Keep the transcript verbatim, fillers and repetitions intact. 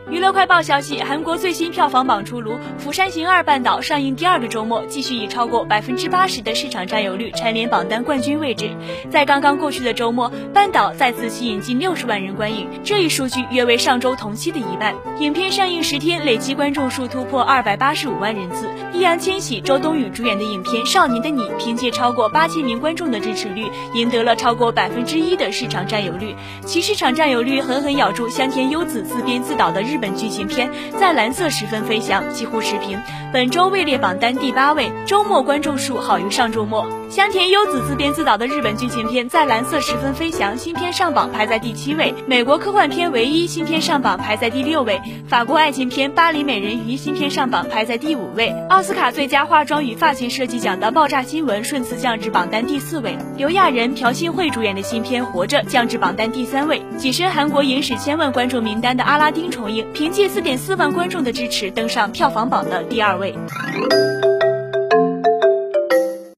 娱乐快报消息，韩国最新票房榜出炉，《釜山行二》半岛上映第二个周末，继续以超过百分之八十的市场占有率蝉联榜单冠军位置。在刚刚过去的周末，半岛再次吸引近六十万人观影，这一数据约为上周同期的一半。影片上映十天，累计观众数突破二百八十五万人次。易烊千玺、周冬雨主演的影片《少年的你》，凭借超过八千名观众的支持率，赢得了超过百分之一的市场占有率。其市场占有率狠狠咬住香田优子自编自导的日本剧情片《在蓝色时分飞翔》，几乎持平。本周位列榜单第八位，周末观众数好于上周末。香田优子自编自导的日本剧情片《在蓝色时分飞翔》新片上榜排在第七位，美国科幻片《唯一》新片上榜排在第六位，法国爱情片《巴黎美人鱼》新片上榜排在第五位。奥斯卡最佳化妆与发型设计奖的《爆炸新闻》顺次降至榜单第四位，刘亚仁、朴信惠主演的新片《活着》降至榜单第三位。跻身韩国影史千万观众名单的《阿拉丁》重映，凭借四点四万观众的支持登上票房榜的第二位。